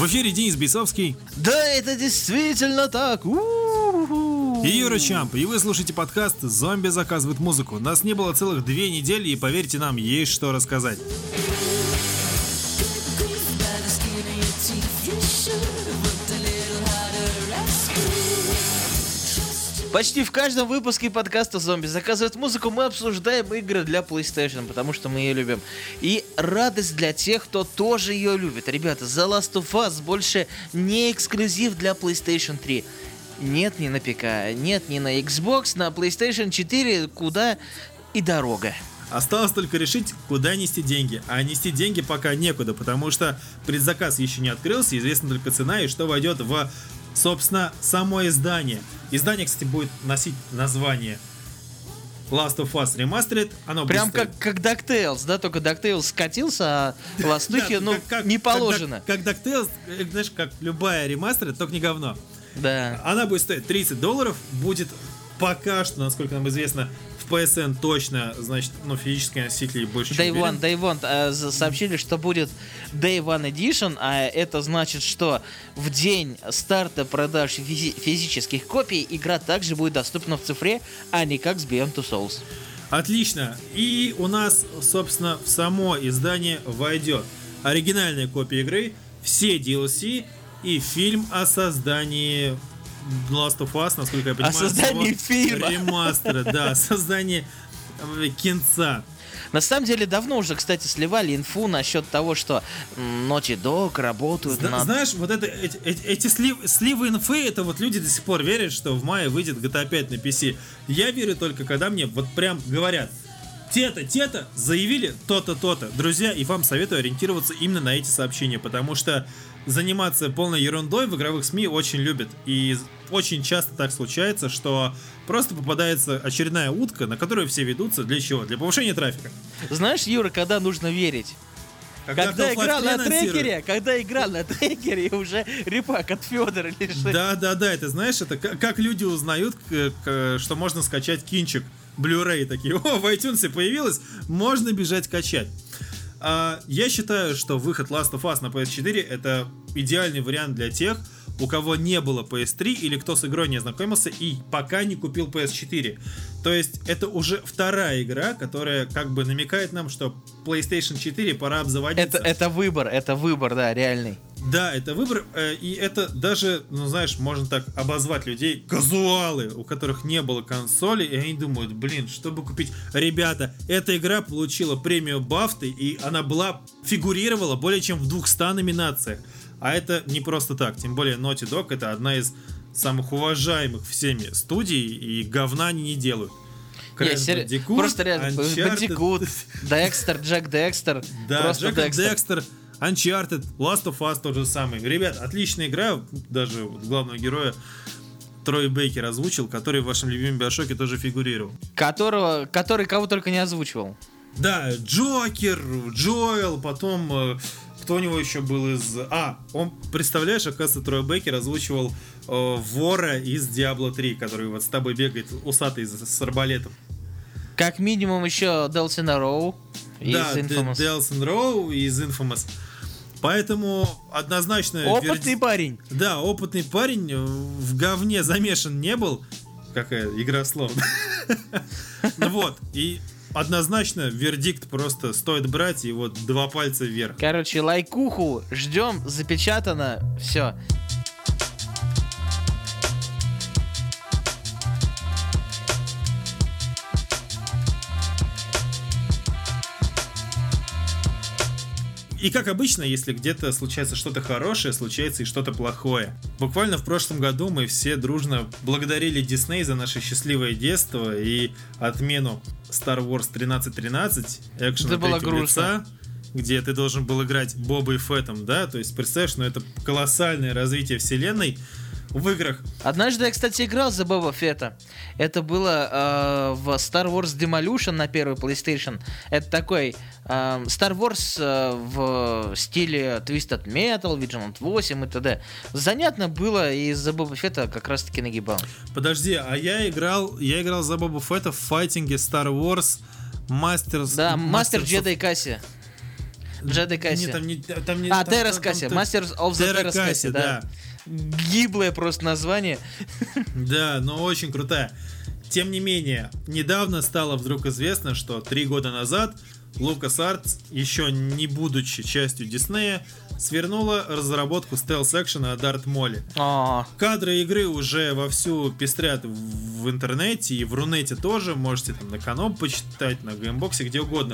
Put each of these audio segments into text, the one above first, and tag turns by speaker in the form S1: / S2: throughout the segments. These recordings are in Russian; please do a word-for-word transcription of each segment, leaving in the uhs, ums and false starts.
S1: эфире Денис Бейсовский.
S2: Да, это действительно так. У-у-у.
S1: И Юра Чамп. И вы слушаете подкаст «Зомби заказывают музыку». Нас не было целых две недели, и поверьте нам, есть что рассказать.
S2: Почти в каждом выпуске подкаста «Зомби заказывают музыку» мы обсуждаем игры для PlayStation, потому что мы ее любим. И радость для тех, кто тоже ее любит. Ребята, The Last of Us больше не эксклюзив для PlayStation три. Нет ни на ПК, нет ни на Xbox, на PlayStation четыре куда и дорога.
S1: Осталось только решить, куда нести деньги. А нести деньги пока некуда, потому что предзаказ еще не открылся, известна только цена и что войдет в, собственно, само издание. Издание, кстати, будет носить название Last of Us Remastered. Оно
S2: Прям
S1: будет...
S2: как, как DuckTales, да, только DuckTales скатился, а Ластухи, ну, не положено.
S1: Как DuckTales, знаешь, как любая ремастер, только не говно.
S2: Да.
S1: Она будет стоить тридцать долларов, будет пока что, насколько нам известно, в пи эс эн точно, значит, ну, физические носители больше, чем
S2: Day
S1: уверен.
S2: One, Day One а, сообщили, что будет Day One Edition, а это значит, что в день старта продаж физи- физических копий игра также будет доступна в цифре, а не как с Beyond Two Souls.
S1: Отлично. И у нас, собственно, в само издание войдет оригинальная копия игры, все ди эл си и фильм о создании Last of Us, насколько я понимаю.
S2: О создании фильма.
S1: Ремастера, да, о создании э, кинца.
S2: На самом деле давно уже, кстати, сливали инфу насчет того, что Naughty Dog работают
S1: Зна-
S2: над...
S1: Знаешь, вот это, эти, эти, эти слив, сливы инфы, это вот люди до сих пор верят, что в мае выйдет джи ти эй пять на пи си. Я верю только, когда мне вот прям говорят: те-то, те-то заявили то-то, то-то. Друзья, и вам советую ориентироваться именно на эти сообщения, потому что заниматься полной ерундой в игровых СМИ очень любят. И очень часто так случается, что просто попадается очередная утка, на которую все ведутся. Для чего? Для повышения трафика.
S2: Знаешь, Юра, когда нужно верить? Когда, когда игра на трекере, когда игра на трекере, уже репак от Федора лежит.
S1: Да, да, да, это знаешь, это как, как люди узнают, к, к, что можно скачать кинчик, Blu-ray, такие: о, в iTunes появилось, можно бежать качать. А, я считаю, что выход Last of Us на пи эс четыре это идеальный вариант для тех, у кого не было пи эс три или кто с игрой не ознакомился и пока не купил пи эс четыре. То есть это уже вторая игра, которая как бы намекает нам, что PlayStation четыре пора обзаводиться.
S2: Это, это выбор, это выбор, да, реальный.
S1: Да, это выбор, э, и это даже, ну знаешь, можно так обозвать людей, казуалы, у которых не было консоли, и они думают: блин, чтобы купить... Ребята, эта игра получила премию Бафты, и она была, фигурировала более чем в двухстах номинациях. А это не просто так, тем более Naughty Dog это одна из самых уважаемых всеми студий, и говна они не делают.
S2: Crash сер... Bandicoot, просто реально, Bandicoot, Dexter, Джек Декстер,
S1: да, Джек Декстер, Uncharted, Last of Us тот же самый. Ребят, отличная игра, даже вот главного героя Трой Бейкер озвучил, который в вашем любимом Биошоке тоже фигурировал.
S2: Которого, который кого только не озвучивал.
S1: Да, Джокер, Джоэл, потом... Кто у него еще был из... А, он, представляешь, оказывается, Трой Бейкер озвучивал э, вора из Diablo три, который вот с тобой бегает, усатый с, с арбалетом.
S2: Как минимум еще Делсин Роу из
S1: да,
S2: Infamous.
S1: Да, Делсин Роу из Infamous. Поэтому однозначно...
S2: Опытный
S1: вер...
S2: парень.
S1: Да, опытный парень, в говне замешан не был. Какая игра слов. Ну вот, и... Однозначно, вердикт просто стоит брать, и вот два пальца вверх.
S2: Короче, лайкуху ждем, запечатано, все.
S1: И как обычно, если где-то случается что-то хорошее, случается и что-то плохое. Буквально в прошлом году мы все дружно благодарили Disney за наше счастливое детство и отмену Star Wars тринадцать тринадцать, экшена третьего лица, где ты должен был играть Боба и Феттом, да? То есть, представляешь, ну это колоссальное развитие вселенной в играх.
S2: Однажды я, кстати, играл за Боба Фетта. Это было э, в Star Wars Demolition на первый PlayStation. Это такой э, Star Wars э, в стиле Twisted Metal, Vigilant восемь и т.д. Занятно было, и за Боба Фетта как раз-таки нагибал.
S1: Подожди, а я играл, я играл за Боба Фетта в файтинге Star Wars Masters...
S2: Да, Мастер Джедай Касси. Джедай Касси.
S1: Нет, там не, там не,
S2: а,
S1: там,
S2: Террас
S1: там,
S2: Касси,
S1: там,
S2: Masters of the
S1: Терра
S2: Terras
S1: Касси,
S2: Cassi, да. Гиблое просто название.
S1: Да, но очень крутая. Тем не менее, недавно стало вдруг известно, что три года назад LucasArts, еще не будучи частью Диснея, свернула разработку стелс-экшена Darth Maul.
S2: А.
S1: Кадры игры уже вовсю пестрят в интернете и в Рунете тоже. Можете там на Каноб почитать, на Геймбоксе, где угодно.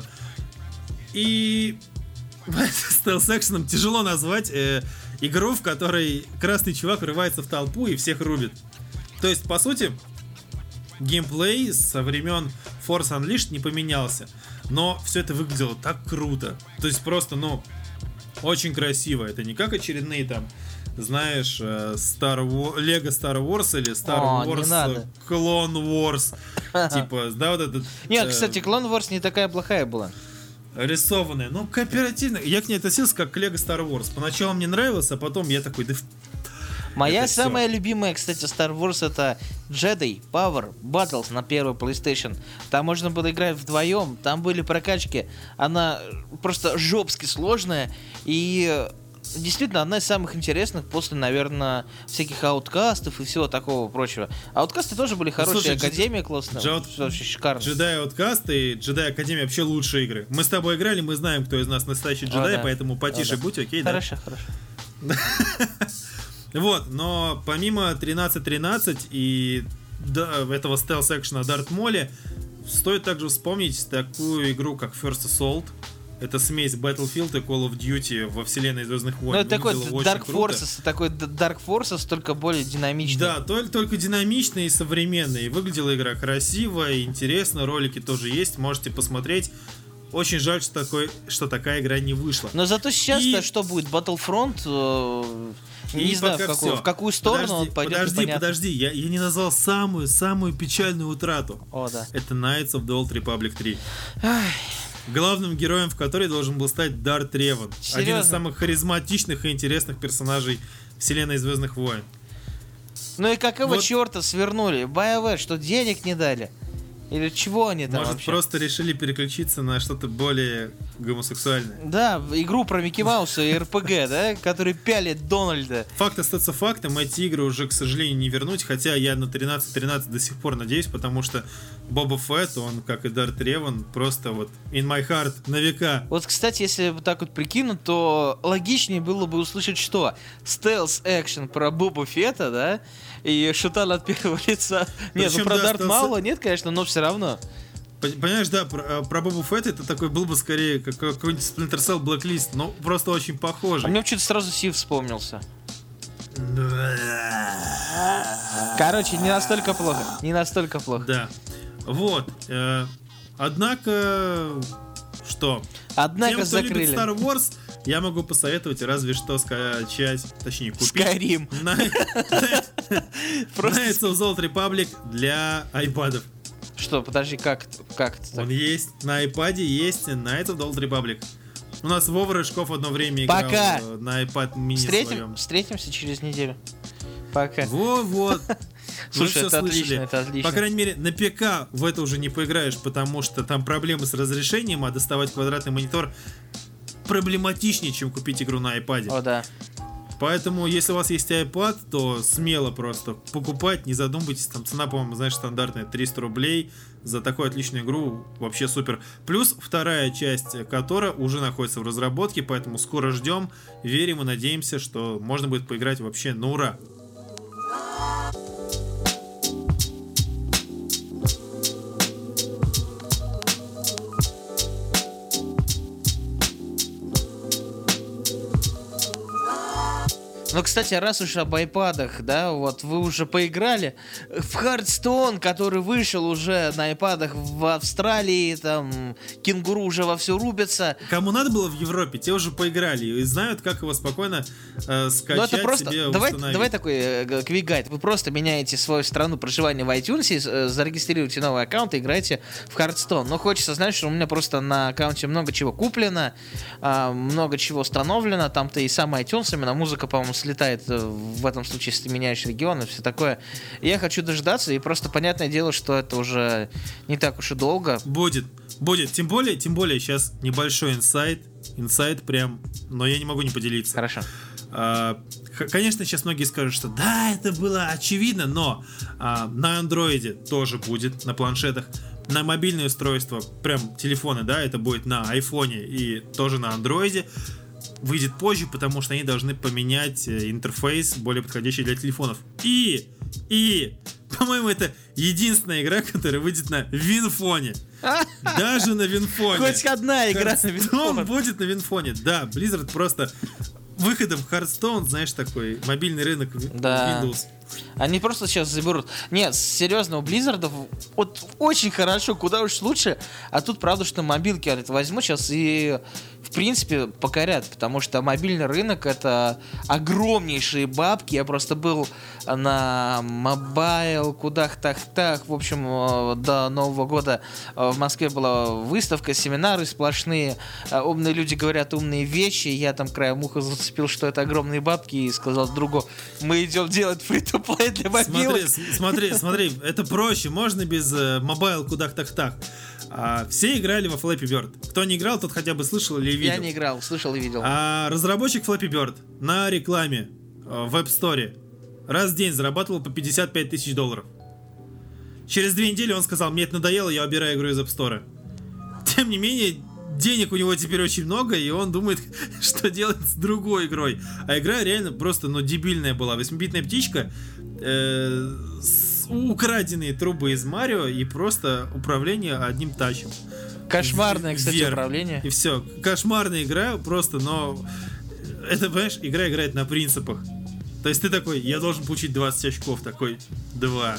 S1: И стелс-экшеном тяжело назвать э, игру, в которой красный чувак врывается в толпу и всех рубит. То есть, по сути, геймплей со времен Force Unleashed не поменялся. Но все это выглядело так круто. То есть просто, ну, очень красиво. Это не как очередные там, знаешь, Star Wars, Lego Star Wars или Star
S2: О,
S1: Wars Clone Wars. Типа, да, вот этот...
S2: Нет, кстати, Clone Wars не такая плохая была.
S1: Рисованная, ну, кооперативно. Я к ней относился как к Lego Star Wars. Поначалу мне нравилось, а потом я такой, да...
S2: Моя
S1: это
S2: самая
S1: всё.
S2: любимая, кстати, Star Wars это Jedi Power Battles на первый PlayStation. Там можно было играть вдвоем, там были прокачки. Она просто жопски сложная и действительно одна из самых интересных после, наверное, всяких ауткастов и всего такого прочего. Ауткасты тоже были хорошие,
S1: слушай,
S2: Академия классная,
S1: Джаут-
S2: всё очень шикарно.
S1: Jedi Outcast и Jedi Academia вообще лучшие игры. Мы с тобой играли, мы знаем, кто из нас настоящий джедай,
S2: да.
S1: поэтому потише
S2: О, да.
S1: будь, окей,
S2: Хорошо, хорошо.
S1: да? Вот, но помимо тринадцать тринадцать и да, этого стелс-экшена Darth Maul, стоит также вспомнить такую игру, как First Assault. Это смесь Battlefield и Call of Duty во вселенной Звездных войн.
S2: Ну, это такой
S1: Выглядело очень
S2: Dark
S1: круто.
S2: Forces, такой Dark Forces, только более динамичный.
S1: Да, только, только динамичный и современный. Выглядела игра красиво и интересно. Ролики тоже есть, можете посмотреть. Очень жаль, что, такой, что такая игра не вышла.
S2: Но зато сейчас-то
S1: И-
S2: что будет? Battlefront? э,
S1: И
S2: Не знаю, в
S1: пока
S2: какую,
S1: всё.
S2: в какую сторону
S1: Подожди,
S2: он пойдет,
S1: Подожди,
S2: непонятно.
S1: подожди, я, я не назвал самую, самую печальную утрату.
S2: О, да.
S1: Это Knights of the Old Republic три.
S2: Ай,
S1: Главным героем в которой должен был стать Дарт Реван. Один из
S2: Серьезно?
S1: самых харизматичных и интересных персонажей вселенной Звездных войн.
S2: ну и какого
S1: Вот.
S2: черта свернули? BioWare, что денег не дали? Или чего они там
S1: Может,
S2: вообще?
S1: просто решили переключиться на что-то более гомосексуальное.
S2: Да, в игру про Микки Мауса и эр пи джи, да, который пялит Дональда.
S1: Факт остается фактом, эти игры уже, к сожалению, не вернуть, хотя я на тринадцать тринадцать до сих пор надеюсь, потому что Боба Фетт, он, как и Дарт Реван, просто вот in my heart на века.
S2: Вот, кстати, если вот так вот прикинуть, то логичнее было бы услышать что? Стелс-экшен про Боба Фетта, да? И шутан от первого лица. Нет, ну
S1: Причем,
S2: про
S1: да,
S2: Дарт
S1: стелс-
S2: Маула нет, конечно, но все равно.
S1: Пон- Понимаешь, да, про, про Боба Фетта это такой был бы скорее как какой-нибудь Splinter Cell Blacklist, но просто очень
S2: А
S1: похожий.
S2: мне почему-то сразу Сив вспомнился. Короче, не настолько плохо. Не настолько плохо.
S1: Да. Вот. э, Однако, что?
S2: Однако
S1: Тем, кто
S2: закрыли.
S1: любит Star Wars, я могу посоветовать разве что скачать, точнее купить
S2: Скайрим.
S1: Knights of the Old Republic для айпадов.
S2: Что, подожди, как это? Как это так?
S1: Он есть, на айпаде есть Knights of the Old Republic. У нас Вова Рыжков одно время играл
S2: Пока.
S1: э, на iPad mini
S2: Встретим,
S1: своем.
S2: встретимся через неделю. Пока.
S1: Вот-вот. Вы
S2: Слушай,
S1: всё
S2: это
S1: слышали.
S2: отлично, это отлично.
S1: По крайней мере, на ПК в это уже не поиграешь, потому что там проблемы с разрешением, а доставать квадратный монитор проблематичнее, чем купить игру на iPad.
S2: О, да.
S1: Поэтому, если у вас есть iPad, то смело просто покупать, не задумывайтесь. Там цена, по-моему, знаешь, стандартная триста рублей. За такую отличную игру вообще супер. Плюс вторая часть, которая уже находится в разработке, поэтому скоро ждем, верим и надеемся, что можно будет поиграть вообще на ура.
S2: Ну, кстати, раз уж об айпадах, да, вот вы уже поиграли в Hearthstone, который вышел уже на айпадах в Австралии, там, кенгуру уже вовсю рубятся.
S1: Кому надо было в Европе, те уже поиграли и знают, как его спокойно э, скачать,
S2: Ну, это просто,
S1: себе
S2: давай,
S1: установить.
S2: давай такой э, квик-гайд. Вы просто меняете свою страну проживания в iTunes, э, зарегистрируете новый аккаунт и играете в Hearthstone. Но хочется знать, что у меня просто на аккаунте много чего куплено, э, много чего установлено, там-то и сам iTunes, именно музыка, по-моему, слетает э, в этом случае, если ты меняешь регион и все такое. Я хочу дождаться, и просто понятное дело, что это уже не так уж и долго.
S1: Будет, будет. Тем более, тем более сейчас небольшой инсайт. инсайт прям, но я не могу не поделиться.
S2: Хорошо.
S1: А, конечно, сейчас многие скажут, что да, это было очевидно, но а, на андроиде тоже будет, на планшетах. На мобильные устройства, прям телефоны, да, это будет на айфоне и тоже на андроиде. Выйдет позже, потому что они должны поменять интерфейс, более подходящий для телефонов. И, и, по-моему, это единственная игра, которая выйдет на Винфоне. Даже на Винфоне.
S2: Хоть одна игра на Винфоне.
S1: Он будет на Винфоне. Да, Blizzard просто выходом Hearthstone, знаешь, такой мобильный рынок
S2: да.
S1: Windows.
S2: Они просто сейчас заберут. Нет, серьезно, у Blizzard вот очень хорошо, куда уж лучше. А тут правда, что мобилки это возьму сейчас и в принципе покорят, потому что мобильный рынок это огромнейшие бабки. Я просто был на мобайл, кудах-тах-тах. В общем, до Нового года в Москве была выставка, семинары сплошные. Умные люди говорят умные вещи. Я там краем уха зацепил, что это огромные бабки, и сказал другу: мы идем делать фри-то-плей для мобилок.
S1: Смотри, смотри, смотри, это проще, можно без мобайл кудах-тах-тах. А, все играли во Flappy Bird. Кто не играл, тот хотя бы слышал или видел.
S2: Я не играл, слышал и видел.
S1: А разработчик Flappy Bird на рекламе в App Store раз в день зарабатывал по пятьдесят пять тысяч долларов. Через две недели он сказал: мне это надоело, я убираю игру из App Store. Тем не менее, денег у него теперь очень много, и он думает, что делать с другой игрой. А игра реально просто, ну, дебильная была. восьмибитная птичка, э, с украденные трубы из Марио и просто управление одним тачем.
S2: Кошмарное, кстати,
S1: Вверх.
S2: управление.
S1: И все. Кошмарная игра просто, но это, понимаешь, игра играет на принципах. То есть ты такой: я должен получить двадцать очков. Такой: два.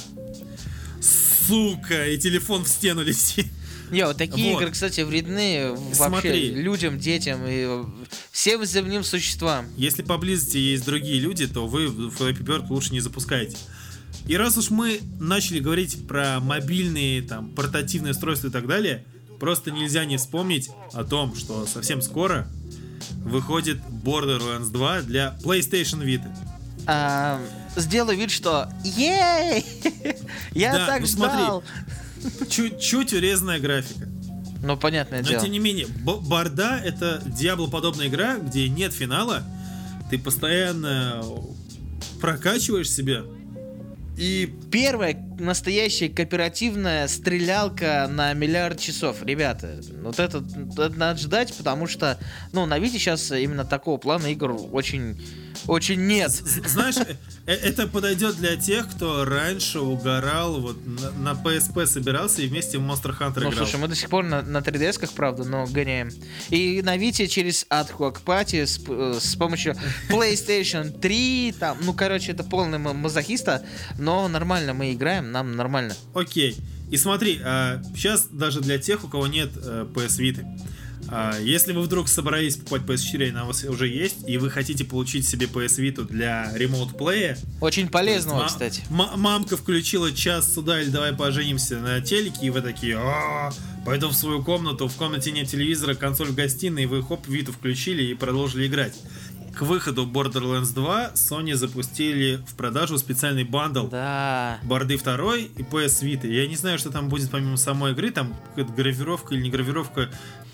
S1: Сука, и телефон в стену летит.
S2: Не, вот такие
S1: Вот.
S2: игры, кстати, вредны вообще
S1: Смотри.
S2: людям, детям и всем земным существам.
S1: Если поблизости есть другие люди, то вы Flappy Bird лучше не запускайте. И раз уж мы начали говорить про мобильные, там, портативные устройства и так далее, просто нельзя не вспомнить о том, что совсем скоро выходит Borderlands два для PlayStation Vita.
S2: А, сделаю вид, что ей, я
S1: Да,
S2: так
S1: ну смотри.
S2: ждал.
S1: Чуть-чуть урезанная графика.
S2: Ну, понятное
S1: Но
S2: дело.
S1: тем не менее, Б- Борда — это Диабло-подобная игра, где нет финала. Ты постоянно прокачиваешь себя. И
S2: Первая настоящая кооперативная стрелялка на миллиард часов. Ребята, вот это, это надо ждать, потому что, ну, на Вите сейчас именно такого плана игр очень, очень нет.
S1: з- знаешь, э- э- это подойдет для тех, кто раньше угорал, вот на, на пи эс пи собирался и вместе в Monster Hunter
S2: Ну,
S1: играл.
S2: слушай, мы до сих пор на, на три ди эс-ках, правда, но гоняем. И на Вите через Ad Hoc Party с, э, с помощью PlayStation три, там, ну, короче, это полный ма- мазохиста, но нормально мы играем, нам нормально.
S1: Окей. И смотри, а, сейчас даже для тех, у кого нет а, пи эс Vita, а, если вы вдруг собрались покупать пи эс четыре, она у вас уже есть, и вы хотите получить себе пи эс Vita для ремоут-плея,
S2: Очень полезного,
S1: ма-
S2: кстати.
S1: ма- мамка включила час сюда или давай поженимся на телеке, и вы такие: «А, пойду в свою комнату, в комнате нет телевизора, консоль в гостиной», и вы хоп, Vita включили и продолжили играть. К выходу Borderlands два Sony запустили в продажу специальный бандл.
S2: Да.
S1: Борды два и пи эс Vita. Я не знаю, что там будет помимо самой игры, там какая-то гравировка или не гравировка.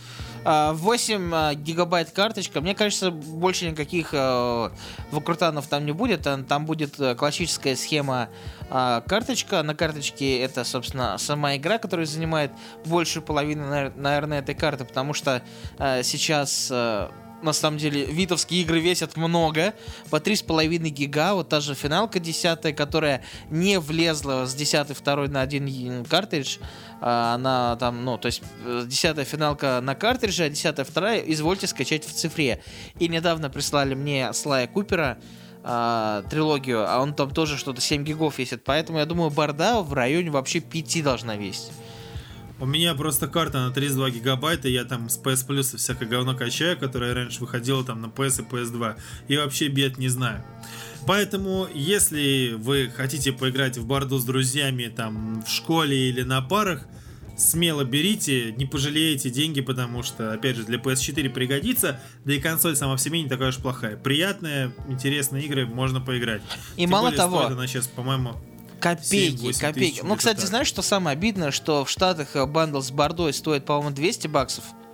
S2: А, восемь а, гигабайт карточка. Мне кажется, больше никаких а, выкрутанов там не будет. Там, там будет а, классическая схема а, карточка. На карточке это, собственно, сама игра, которая занимает большую половину, навер- наверное, этой карты, потому что а, сейчас... а, на самом деле, витовские игры весят много, по три с половиной гига, вот та же финалка десятая, которая не влезла с десятой второй на один е- картридж, а, она там, ну, то есть десятая финалка на картридже, а десятая вторая извольте скачать в цифре. И недавно прислали мне Слая Купера, а, трилогию, а он там тоже что-то семь гигов весит, поэтому я думаю, борда в районе вообще пяти должна весить.
S1: У меня просто карта на тридцать два гигабайта, я там с пи эс Plus всякое говно качаю, которое раньше выходило там на пи эс и пи эс два, и вообще бед не знаю. Поэтому, если вы хотите поиграть в борду с друзьями там в школе или на парах, смело берите, не пожалеете деньги, потому что, опять же, для пи эс четыре пригодится, да и консоль сама в себе не такая уж плохая. Приятная, интересные игры, можно поиграть.
S2: И
S1: Тем
S2: мало
S1: более,
S2: того...
S1: стоит она сейчас, по-моему...
S2: Копейки,
S1: семь-восемь
S2: копейки.
S1: тысяч,
S2: Ну,
S1: где-то
S2: кстати,
S1: так.
S2: знаешь, что самое обидное, что в Штатах э, бандл с бордой стоит, по-моему, двести баксов.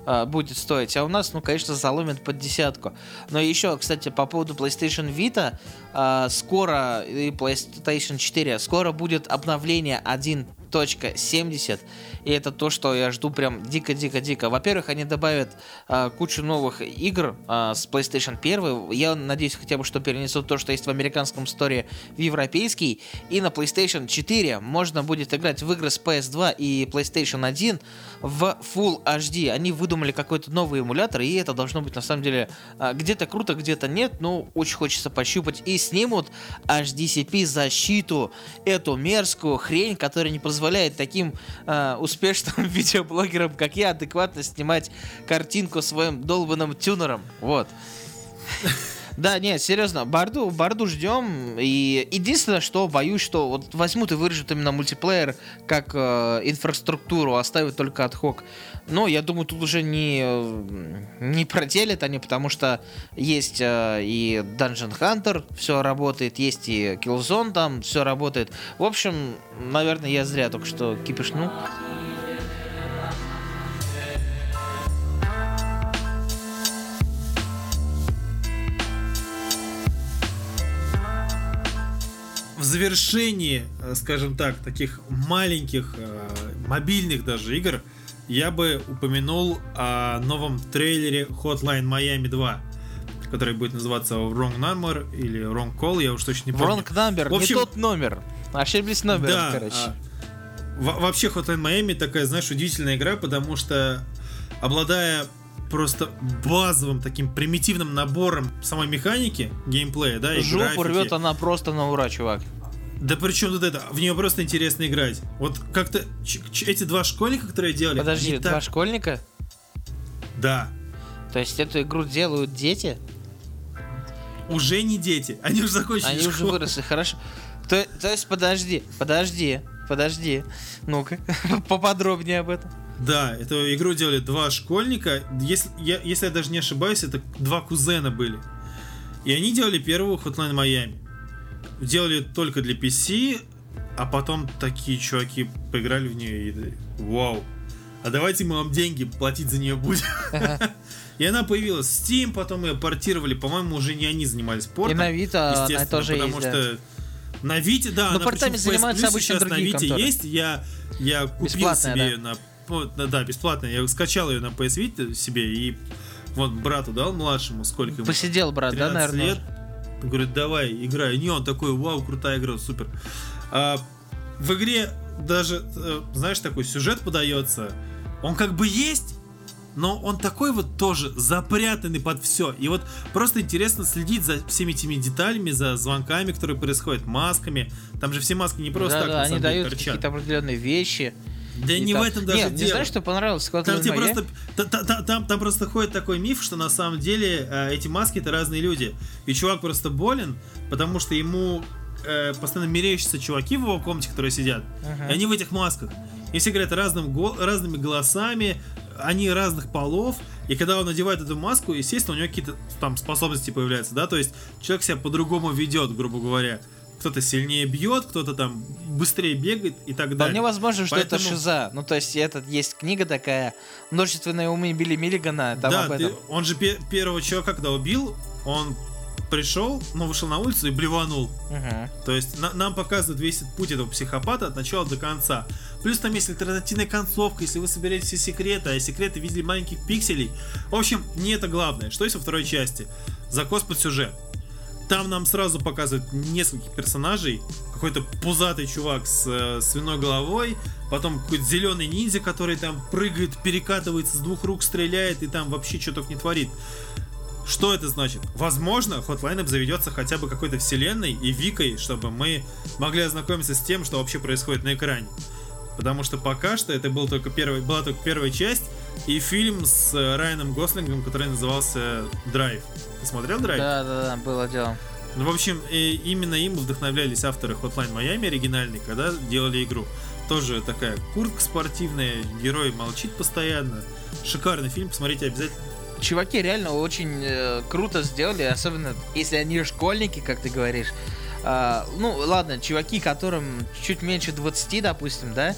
S2: а, будет стоить. А у нас, ну, конечно, заломят под десятку. Но еще, кстати, по поводу PlayStation Vita, а, скоро, и PlayStation четыре, скоро будет обновление один точка семьдесят, и это то, что я жду прям дико-дико-дико. Во-первых, они добавят а, кучу новых игр а, с PlayStation один. Я надеюсь хотя бы, что перенесут то, что есть в американском сторе, в европейский. И на PlayStation четыре можно будет играть в игры с пи эс два и PlayStation один в Full эйч ди. Они выдумали какой-то новый эмулятор, и это должно быть на самом деле а, где-то круто, где-то нет. Но очень хочется пощупать. И снимут эйч ди си пи защиту, эту мерзкую хрень, которая не позволяет таким э, успешным видеоблогерам, как я, адекватно снимать картинку своим долбанным тюнером. Вот. Да, нет, серьезно, Барду, Барду ждем. И единственное, что боюсь, что вот возьмут и вырежут именно мультиплеер как э, инфраструктуру, оставят только адхок. Но я думаю, тут уже не, не проделят они, потому что есть э, и Dungeon Hunter, все работает, есть и Killzone, там все работает. В общем, наверное, я зря только что кипишнул.
S1: В завершении, скажем так, таких маленьких э, мобильных даже игр, я бы упомянул о новом трейлере Hotline Miami два, который будет называться Wrong Number или Wrong Call, я уж точно не помню.
S2: Wrong Number, в общем, не тот номер. Ошиблись номером,
S1: да,
S2: короче.
S1: А, в- вообще Hotline Miami такая, знаешь, удивительная игра, потому что, обладая просто базовым таким примитивным набором самой механики, геймплея, да, и
S2: Жопу
S1: графики.
S2: рвет она просто на ура, чувак.
S1: Да причем тут это, в нее просто интересно играть. Вот как-то ч- ч- эти два школьника, которые делали...
S2: Подожди,
S1: они
S2: два
S1: так...
S2: школьника?
S1: Да.
S2: То есть эту игру делают дети?
S1: Уже не дети, они уже закончили
S2: Они
S1: школу.
S2: уже выросли, хорошо. То, то есть подожди, подожди, подожди. Ну-ка, поподробнее об этом.
S1: Да, эту игру делали два школьника. Если я, если я даже не ошибаюсь, это два кузена были. И они делали первую Hotline Miami. Делали только для пи си, а потом такие чуваки поиграли в нее и вау. А давайте мы вам деньги платить за нее будем. И она появилась в Steam, потом ее портировали. По-моему, уже не они занимались портом.
S2: И на Vita она тоже есть,
S1: потому что на Vita, да, она
S2: портами
S1: причем в пи эс
S2: занимаются
S1: Plus
S2: обычно
S1: сейчас на
S2: другие
S1: Vita
S2: конторы.
S1: есть. Я, я купил
S2: Бесплатная,
S1: себе
S2: да.
S1: ее на... Вот, да, да, бесплатно. Я скачал ее на пи эс Vita себе и вот брату дал младшему, сколько ему?
S2: Посидел, брат, да,
S1: тринадцать
S2: наверное?
S1: лет. Говорит, давай, играй. Не, он такой, вау, крутая игра, супер. А, в игре даже, знаешь, такой сюжет подается. Он как бы есть, но он такой вот тоже запрятанный под все. И вот просто интересно следить за всеми этими деталями, за звонками, которые происходят, масками. Там же все маски не просто
S2: Да,
S1: так,
S2: да,
S1: на
S2: они
S1: самом деле,
S2: дают
S1: торчат.
S2: какие-то определенные вещи.
S1: Да
S2: И
S1: не
S2: там-
S1: в этом даже
S2: Нет,
S1: дело.
S2: не знаешь, что понравилось? Hotline
S1: Там, тебе
S2: Miami?
S1: просто, та- та- та- там, там просто ходит такой миф, что на самом деле э, эти маски это разные люди. И чувак просто болен, потому что ему э, постоянно мерещатся чуваки в его комнате, которые сидят.
S2: Ага.
S1: И они в этих масках. И все говорят разным го- разными голосами, они разных полов. И когда он надевает эту маску, естественно, у него какие-то там способности появляются, да, то есть человек себя по-другому ведет, грубо говоря. Кто-то сильнее бьет, кто-то там быстрее бегает и так далее.
S2: Вполне возможно, что это
S1: Поэтому-
S2: шиза. Ну, то есть, этот есть книга такая, «Множественные умы Билли Миллигана», там
S1: да,
S2: об
S1: ты-
S2: этом.
S1: он же пе- первого чувака, когда убил, он пришел, ну, вышел на улицу и блеванул.
S2: Мгм.
S1: То есть на- нам показывают весь этот путь этого психопата от начала до конца. Плюс там есть альтернативная концовка, если вы соберете все секреты, а секреты в виде маленьких пикселей. В общем, не это главное. Что есть во второй части? Закос под сюжет. Там нам сразу показывают нескольких персонажей. Какой-то пузатый чувак с э, свиной головой. Потом какой-то зеленый ниндзя, который там прыгает, перекатывается, с двух рук стреляет и там вообще что только не творит. Что это значит? Возможно, Hotline обзаведется хотя бы какой-то вселенной и Викой, чтобы мы могли ознакомиться с тем, что вообще происходит на экране. Потому что пока что это был только первый, была только первая часть и фильм с э, Райаном Гослингом, который назывался «Драйв». Ты смотрел «Драйв»?
S2: Да, да, да, было дело.
S1: Ну, в общем, и именно им вдохновлялись авторы Hotline Miami оригинальный, когда делали игру. Тоже такая куртка спортивная, герой молчит постоянно. Шикарный фильм, посмотрите обязательно.
S2: Чуваки реально очень э, круто сделали, особенно если они школьники, как ты говоришь. А, ну, ладно, чуваки, которым чуть меньше двадцати, допустим, да,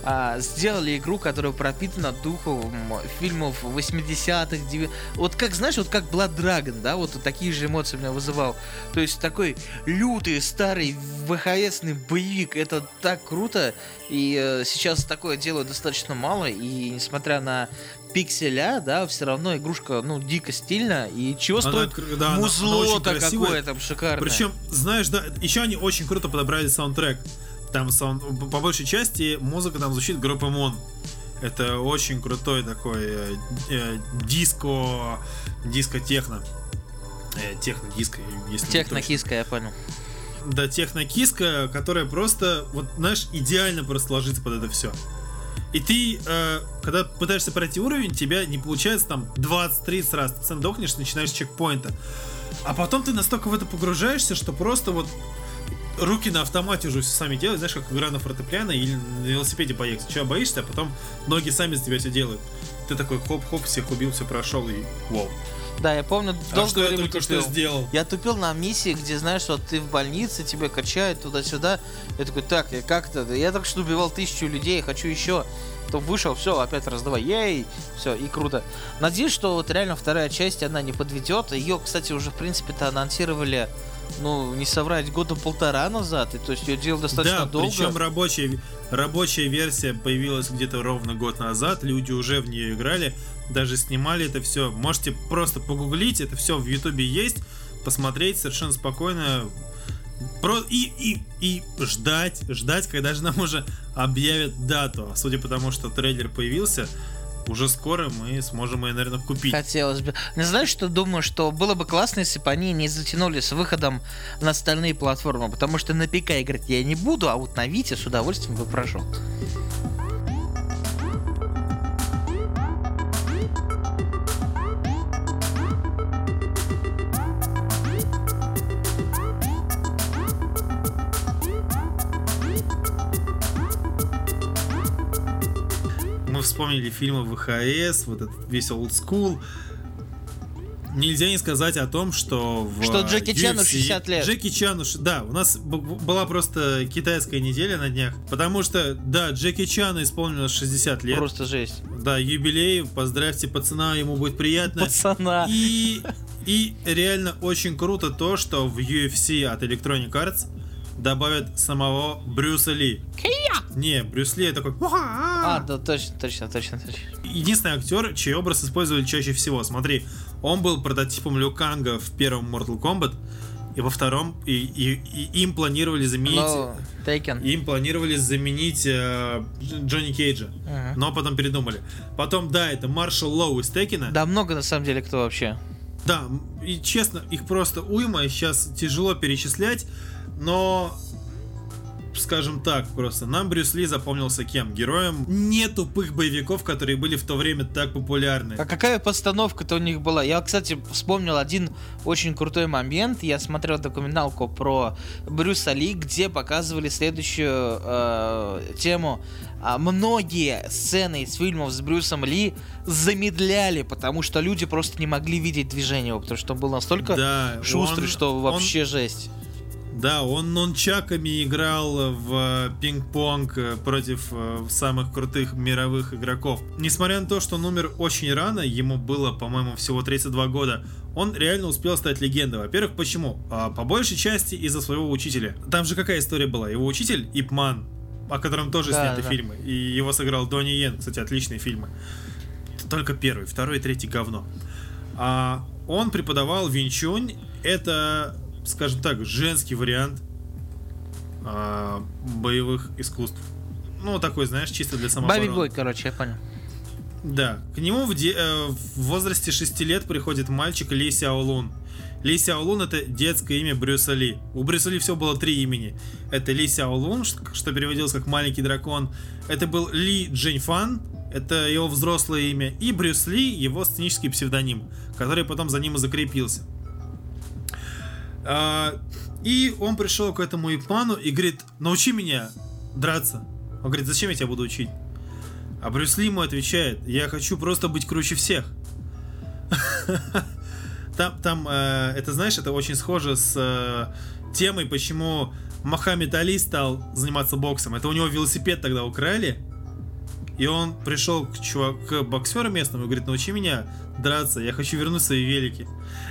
S2: а, сделали игру, которая пропитана духом фильмов восьмидесятых, девяностых. Вот как, знаешь, вот как Blood Dragon, да, вот такие же эмоции меня вызывал. То есть такой лютый, старый, вэ ха эсный боевик. Это так круто. И э, сейчас такое делают достаточно мало. И несмотря на пикселя, да, все равно игрушка, ну, дико стильная. И чего
S1: Она,
S2: стоит
S1: да,
S2: музло-то какое там шикарное.
S1: Причем, знаешь, да, еще они очень круто подобрали саундтрек. Там саунд, по большей части музыка там звучит группы Мон. Это очень крутой такой э, э, диско, диско-техно. Э, техно-диско, если
S2: Техно-киска, я понял.
S1: Да, техно-киска, которая просто, вот, знаешь, идеально просто ложится под это все. И ты, э, когда пытаешься пройти уровень, тебя не получается там двадцать-тридцать раз, ты сам дохнешь, начинаешь с чекпоинта. А потом ты настолько в это погружаешься, что просто вот руки на автомате уже все сами делают, знаешь, как игра на фортепиано или на велосипеде поехать. Чего боишься, а потом ноги сами за тебя все делают. Ты такой хоп-хоп, всех убил, все прошел и вау.
S2: Да, я помню, долгое
S1: а что я
S2: время
S1: только
S2: тупил.
S1: что сделал.
S2: Я тупил на миссии, где, знаешь, вот ты в больнице, тебя качают туда-сюда. Я такой, так, я как-то, я только что убивал тысячу людей, хочу еще. Потом вышел, все, опять раз давай, ей, все, и круто. Надеюсь, что вот реально вторая часть, она не подведет. Ее, кстати, уже, в принципе-то анонсировали, ну, не соврать, года полтора назад. И, то есть ее делали достаточно
S1: да,
S2: долго.
S1: Причем рабочая, рабочая версия появилась где-то ровно год назад. Люди уже в нее играли, даже снимали это все. Можете просто погуглить, это все в Ютубе есть, посмотреть совершенно спокойно. Про... И, и, и ждать, ждать, когда же нам уже объявят дату. Судя по тому, что трейлер появился, уже скоро мы сможем ее, наверное, купить.
S2: Хотелось бы. Не знаешь, что думаю, что было бы классно, если бы они не затянули с выходом на остальные платформы, потому что на ПК играть я не буду, а вот на Вите с удовольствием бы прошел.
S1: Мы вспомнили фильмы вэ ха эс, вот этот весь old school. Нельзя не сказать о том, что в
S2: Что Джеки
S1: ю эф
S2: Чану
S1: си...
S2: шестьдесят лет.
S1: Джеки Чану, да, у нас б- была просто китайская неделя на днях, потому что, да, Джеки Чану исполнилось шестьдесят лет.
S2: Просто жесть.
S1: Да, юбилей, поздравьте пацана, ему будет приятно.
S2: Пацана.
S1: И, и реально очень круто то, что в ю эф си от Electronic Arts добавят самого Брюса Ли. Не, Брюс Ли такой...
S2: А, да, точно, точно, точно, точно.
S1: Единственный актер, чей образ использовали чаще всего. Смотри, он был прототипом Лю Канга в первом Mortal Kombat, и во втором и, и, и им планировали заменить...
S2: No, Taken.
S1: Им планировали заменить э, Джонни Кейджа,
S2: Uh-huh.
S1: но потом передумали. Потом, да, это Маршал Лоу из Текена.
S2: Да, много на самом деле кто вообще.
S1: Да, и честно, их просто уйма, и сейчас тяжело перечислять, но... Скажем так, просто нам Брюс Ли запомнился кем? Героем не тупых боевиков, которые были в то время так популярны.
S2: А какая постановка-то у них была? Я, кстати, вспомнил один очень крутой момент. Я смотрел документалку про Брюса Ли, где показывали следующую э, тему. А многие сцены из фильмов с Брюсом Ли замедляли, потому что люди просто не могли видеть движение его, потому что он был настолько
S1: да,
S2: шустрый,
S1: он,
S2: что вообще
S1: он...
S2: жесть.
S1: Да, он нончаками играл в пинг-понг против самых крутых мировых игроков. Несмотря на то, что он умер очень рано, ему было, по-моему, всего тридцать два года, он реально успел стать легендой. Во-первых, почему? А, по большей части из-за своего учителя. Там же какая история была? Его учитель Ип Ман, о котором тоже
S2: да,
S1: сняты
S2: да.
S1: фильмы. И его сыграл Донни Йен, кстати, отличные фильмы. Только первый, второй и третий говно. А, он преподавал Винчунь. Это... скажем так, женский вариант э, боевых искусств. Ну, такой, знаешь, чисто для самообороны.
S2: Баби-бой, короче, я понял.
S1: Да. К нему в, де- э, в возрасте шести лет приходит мальчик Ли Сяо Лун. Ли Сяо Лун — это детское имя Брюса Ли. У Брюса Ли все было три имени. Это Ли Сяо Лун, что переводилось как маленький дракон. Это был Ли Джинь Фан, это его взрослое имя. И Брюс Ли, его сценический псевдоним, который потом за ним и закрепился. Uh, и он пришел к этому Ип Ману и говорит: научи меня драться. Он говорит: зачем я тебя буду учить? А Брюс Ли ему отвечает: я хочу просто быть круче всех. Там, там э, это, знаешь, это очень схоже с э, темой, почему Мохаммед Али стал заниматься боксом. Это у него велосипед тогда украли, И он пришел к, чувак, к боксеру местному и говорит: научи меня драться, я хочу вернуть свои велики.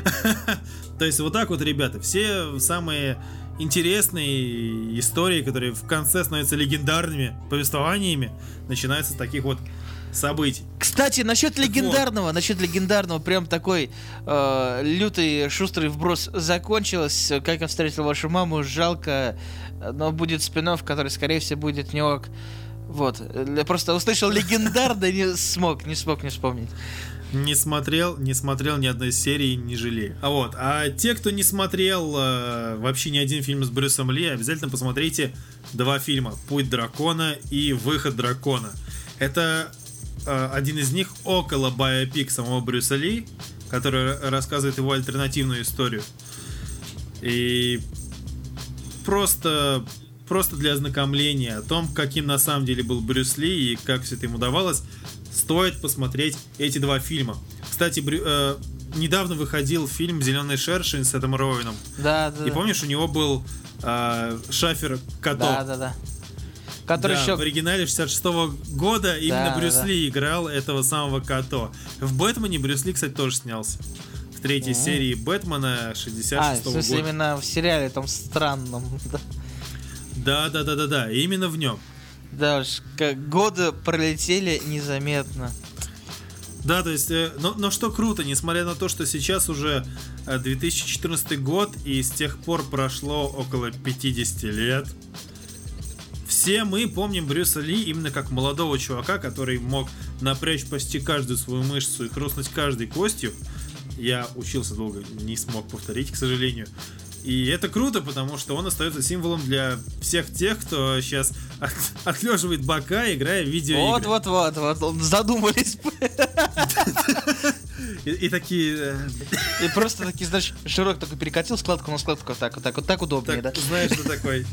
S1: То есть вот так вот, ребята, все самые интересные истории, которые в конце становятся легендарными повествованиями, начинаются с таких вот событий.
S2: Кстати, насчет легендарного, вот. насчет легендарного, прям такой э, лютый, шустрый вброс закончилось. Как я встретил вашу маму, жалко, но будет спин-офф, который, скорее всего, будет не ок. Вот, я просто услышал легендарно, не смог, не смог не вспомнить.
S1: Не смотрел, не смотрел ни одной серии, не жалею. А вот, а те, кто не смотрел э, вообще ни один фильм с Брюсом Ли, обязательно посмотрите два фильма: «Путь дракона» и «Выход дракона». Это э, один из них около биопик самого Брюса Ли, который рассказывает его альтернативную историю. И просто, просто для ознакомления о том, каким на самом деле был Брюс Ли и как все это ему давалось, стоит посмотреть эти два фильма. Кстати, Брю, э, недавно выходил фильм «Зеленый шершень» с Эдом Роуэном.
S2: Да, да.
S1: И помнишь, у него был э, Шафер Като.
S2: Да, да, да. Который
S1: да,
S2: еще...
S1: в оригинале шестьдесят шестого года именно
S2: да,
S1: Брюс
S2: да.
S1: Ли играл этого самого Като. В «Бэтмене» Брюс Ли, кстати, тоже снялся. В третьей mm-hmm. серии «Бэтмена» шестьдесят шестого
S2: а, в смысле,
S1: года.
S2: именно в сериале там странном.
S1: Да, да, да, да, да. Именно в нем.
S2: Да уж, как годы пролетели незаметно.
S1: Да, то есть, э, но, но что круто, несмотря на то, что сейчас уже э, две тысячи четырнадцатый год, и с тех пор прошло около пятьдесят лет, все мы помним Брюса Ли именно как молодого чувака, который мог напрячь почти каждую свою мышцу и хрустнуть каждой костью. Я учился долго, не смог повторить, к сожалению. И это круто, потому что он остается символом для всех тех, кто сейчас от, отлеживает бока, играя в видеоигры.
S2: Вот, вот, вот, вот, задумались.
S1: И, и такие...
S2: И просто такие, знаешь, широк такой перекатил складку на складку, вот так, вот так, вот так удобнее,
S1: так,
S2: да?
S1: Знаешь, что такой...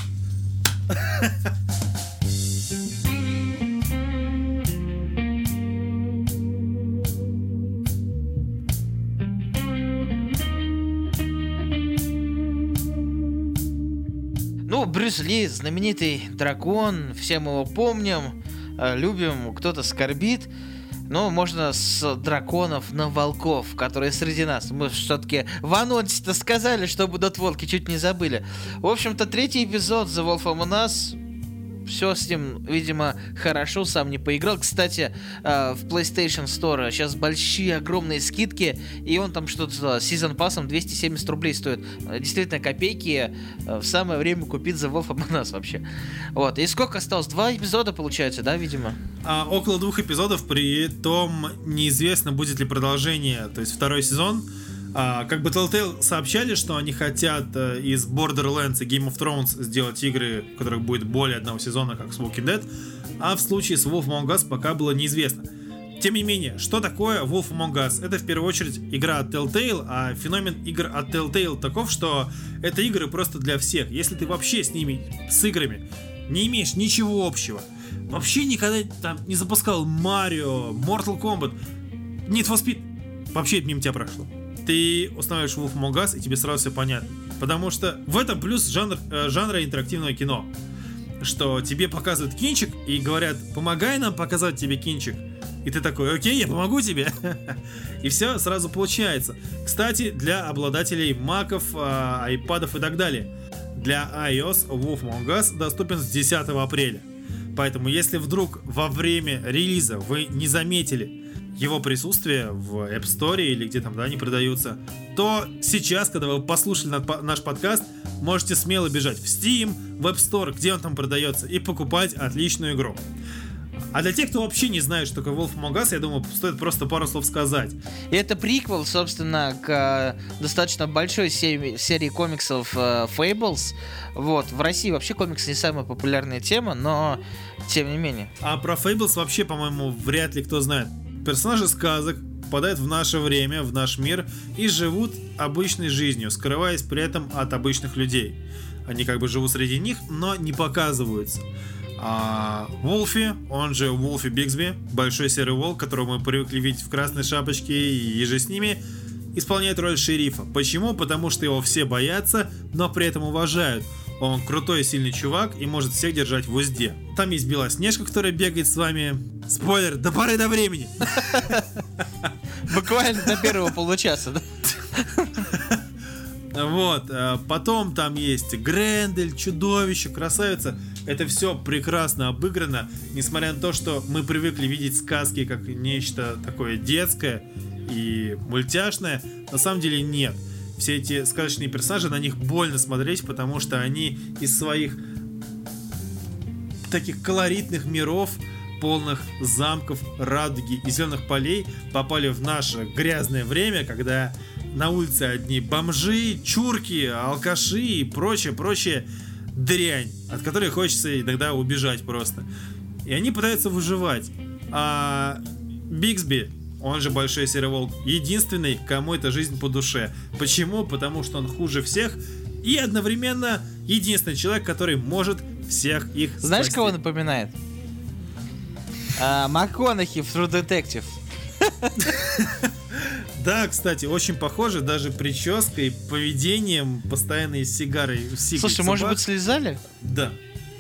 S2: Ну, Брюс Ли, знаменитый дракон, все мы его помним, любим, кто-то скорбит. Но можно с драконов на волков, которые среди нас. Мы все-таки в анонсе-то сказали, что будут волки, чуть не забыли. В общем-то, третий эпизод The Wolf Among Us. Все с ним, видимо, хорошо, сам не поиграл. Кстати, в PlayStation Store сейчас большие, огромные скидки, и он там что-то с Season Pass'ом двести семьдесят рублей стоит. Действительно, копейки. В самое время купить The Wolf Among Us вообще. Вот. И сколько осталось? Два эпизода, получается, да, видимо?
S1: А, около двух эпизодов, при том неизвестно, будет ли продолжение, то есть второй сезон. А, как бы Telltale сообщали, что они хотят э, из Borderlands и Game of Thrones сделать игры, в которых будет более одного сезона, как с Walking Dead, а в случае с Wolf Among Us пока было неизвестно. Тем не менее, что такое Wolf Among Us? Это в первую очередь игра от Telltale, а феномен игр от Telltale таков, что это игры просто для всех. Если ты вообще с ними, с играми, не имеешь ничего общего, вообще никогда там не запускал Mario, Mortal Kombat, Need for Speed, вообще это мимо тебя прошло. Ты устанавливаешь Wolf Among Us, и тебе сразу все понятно. Потому что в этом плюс жанр, э, жанра интерактивного кино. Что тебе показывают кинчик и говорят: помогай нам показать тебе кинчик. И ты такой: окей, я помогу тебе. И все сразу получается. Кстати, для обладателей маков, айпадов и так далее, для iOS Wolf Among Us доступен с десятого апреля. Поэтому если вдруг во время релиза вы не заметили его присутствие в App Store или где там, да, они продаются, то сейчас, когда вы послушали наш подкаст, можете смело бежать в Steam, в App Store, где он там продается, и покупать отличную игру. А для тех, кто вообще не знает, что такое Wolf Among Us, я думаю, стоит просто пару слов сказать.
S2: И это приквел, собственно, к э, достаточно большой серии, серии комиксов э, Fables. Вот. В России вообще комиксы не самая популярная тема, но тем не менее.
S1: А про Fables вообще, по-моему, вряд ли кто знает. Персонажи сказок попадают в наше время, в наш мир и живут обычной жизнью, скрываясь при этом от обычных людей. Они как бы живут среди них, но не показываются. А Волфи, он же Волфи Бигсби, большой серый волк, которого мы привыкли видеть в красной шапочке и еже с ними, исполняет роль шерифа. Почему? Потому что его все боятся, но при этом уважают. Он крутой и сильный чувак и может всех держать в узде. Там есть Белоснежка, которая бегает с вами. Спойлер, до поры до времени.
S2: Буквально до первого получаса, да?
S1: Вот, потом там есть Грендель, чудовище, красавица. Это все прекрасно обыграно, несмотря на то, что мы привыкли видеть сказки как нечто такое детское и мультяшное. На самом деле нет. Все эти сказочные персонажи, на них больно смотреть, потому что они из своих таких колоритных миров, полных замков, радуги и зеленых полей, попали в наше грязное время, когда на улице одни бомжи, чурки, алкаши и прочее-прочее дрянь, от которой хочется иногда убежать просто. И они пытаются выживать. А Бигсби, он же Большой Серый Волк, единственный, кому эта жизнь по душе. Почему? Потому что он хуже всех и одновременно единственный человек, который может всех их спасти.
S2: Знаешь, кого напоминает? А, МакКонахи в True Detective.
S1: Да, кстати, очень похоже, даже прической, поведением, постоянной сигарой.
S2: Слушай, может быть, слезали?
S1: Да.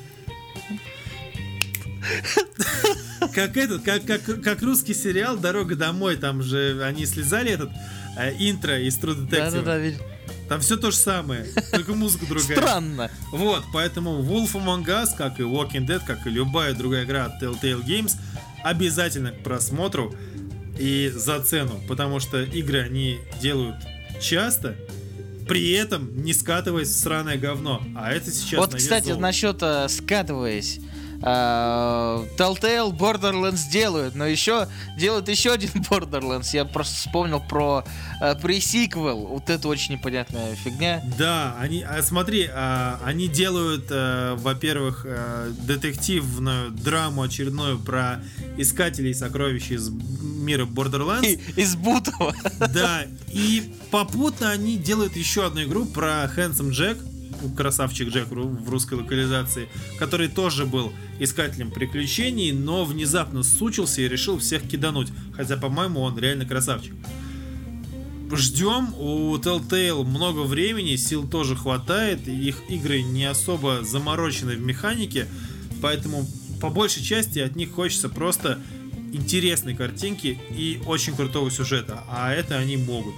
S1: Как этот, как, как, как русский сериал «Дорога домой», там же они слезали этот э, интро из True Detective.
S2: Да-да-да, видел.
S1: Там все то же самое, только музыка другая.
S2: Странно.
S1: Вот, поэтому Wolf Among Us, как и Walking Dead, как и любая другая игра от Telltale Games, обязательно к просмотру и за цену, потому что игры они делают часто, при этом не скатываясь в сраное говно. А это сейчас
S2: вот, кстати,
S1: золота.
S2: насчет uh, скатываясь. Uh, Telltale Borderlands делают, но еще делают еще один Borderlands. Я просто вспомнил про uh, пресиквел. Вот это очень непонятная фигня.
S1: Да, они, а, смотри, а, они делают, а, во-первых, а, детективную драму очередную про искателей сокровищ из мира Borderlands.
S2: И, из Бутова.
S1: Да, и попутно они делают еще одну игру про Handsome Jack, красавчик Джек в русской локализации, который тоже был искателем приключений, но внезапно сучился и решил всех кидануть. Хотя, по-моему, он реально красавчик. Ждем, у Telltale много времени, сил тоже хватает, их игры не особо заморочены в механике, поэтому по большей части от них хочется просто интересной картинки и очень крутого сюжета, а это они могут.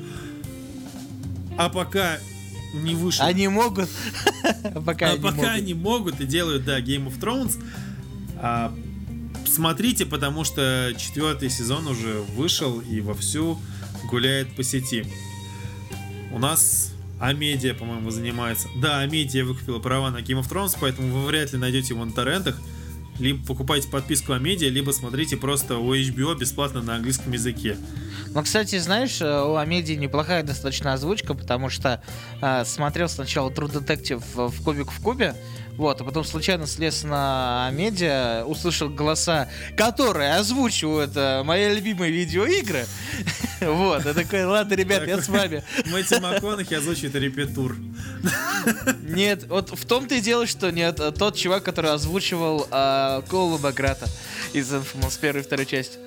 S1: А пока не вышел.
S2: Они могут. пока
S1: а
S2: они
S1: пока
S2: могут.
S1: они могут и делают, да, Game of Thrones. А, смотрите, потому что четвертый сезон уже вышел и вовсю гуляет по сети. У нас Амедиа, по-моему, занимается. Да, Амедиа выкупила права на Game of Thrones, поэтому вы вряд ли найдете его на торрентах. Либо покупайте подписку Амедиа, либо смотрите просто у эйч би о бесплатно на английском языке.
S2: Ну, кстати, знаешь, у Амедиа неплохая достаточно озвучка, потому что э, смотрел сначала True Detective в Кубик в Кубе, вот, а потом случайно слез на Амедиа, услышал голоса, которые озвучивают э, мои любимые видеоигры. Вот, я такой, ладно, ребят, я с вами.
S1: Мэтью МакКонахи озвучивает репетур.
S2: Нет, вот в том-то и дело, что нет, тот чувак, который озвучивал э, Коула Баграта из Infamous первой и второй части.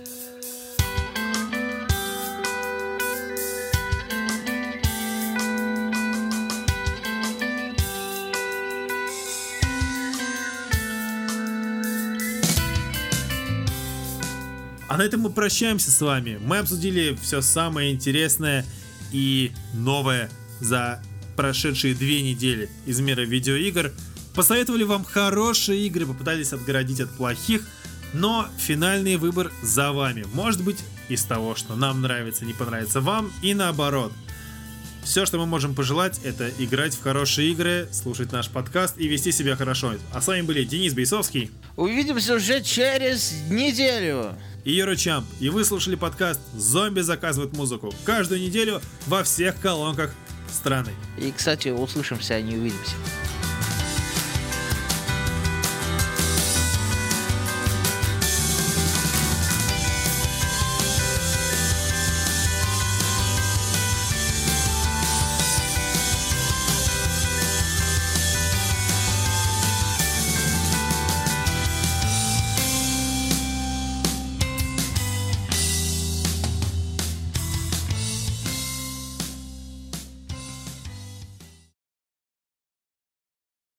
S1: А на этом мы прощаемся с вами. Мы обсудили все самое интересное и новое за прошедшие две недели из мира видеоигр. Посоветовали вам хорошие игры, попытались отгородить от плохих, но финальный выбор за вами. Может быть, из того, что нам нравится, не понравится вам, и наоборот. Все, что мы можем пожелать, это играть в хорошие игры, слушать наш подкаст и вести себя хорошо. А с вами были Денис Бейсовский.
S2: Увидимся уже через неделю.
S1: И Юрочамп. И вы слушали подкаст «Зомби заказывают музыку» каждую неделю во всех колонках страны.
S2: И, кстати, услышимся, а не увидимся.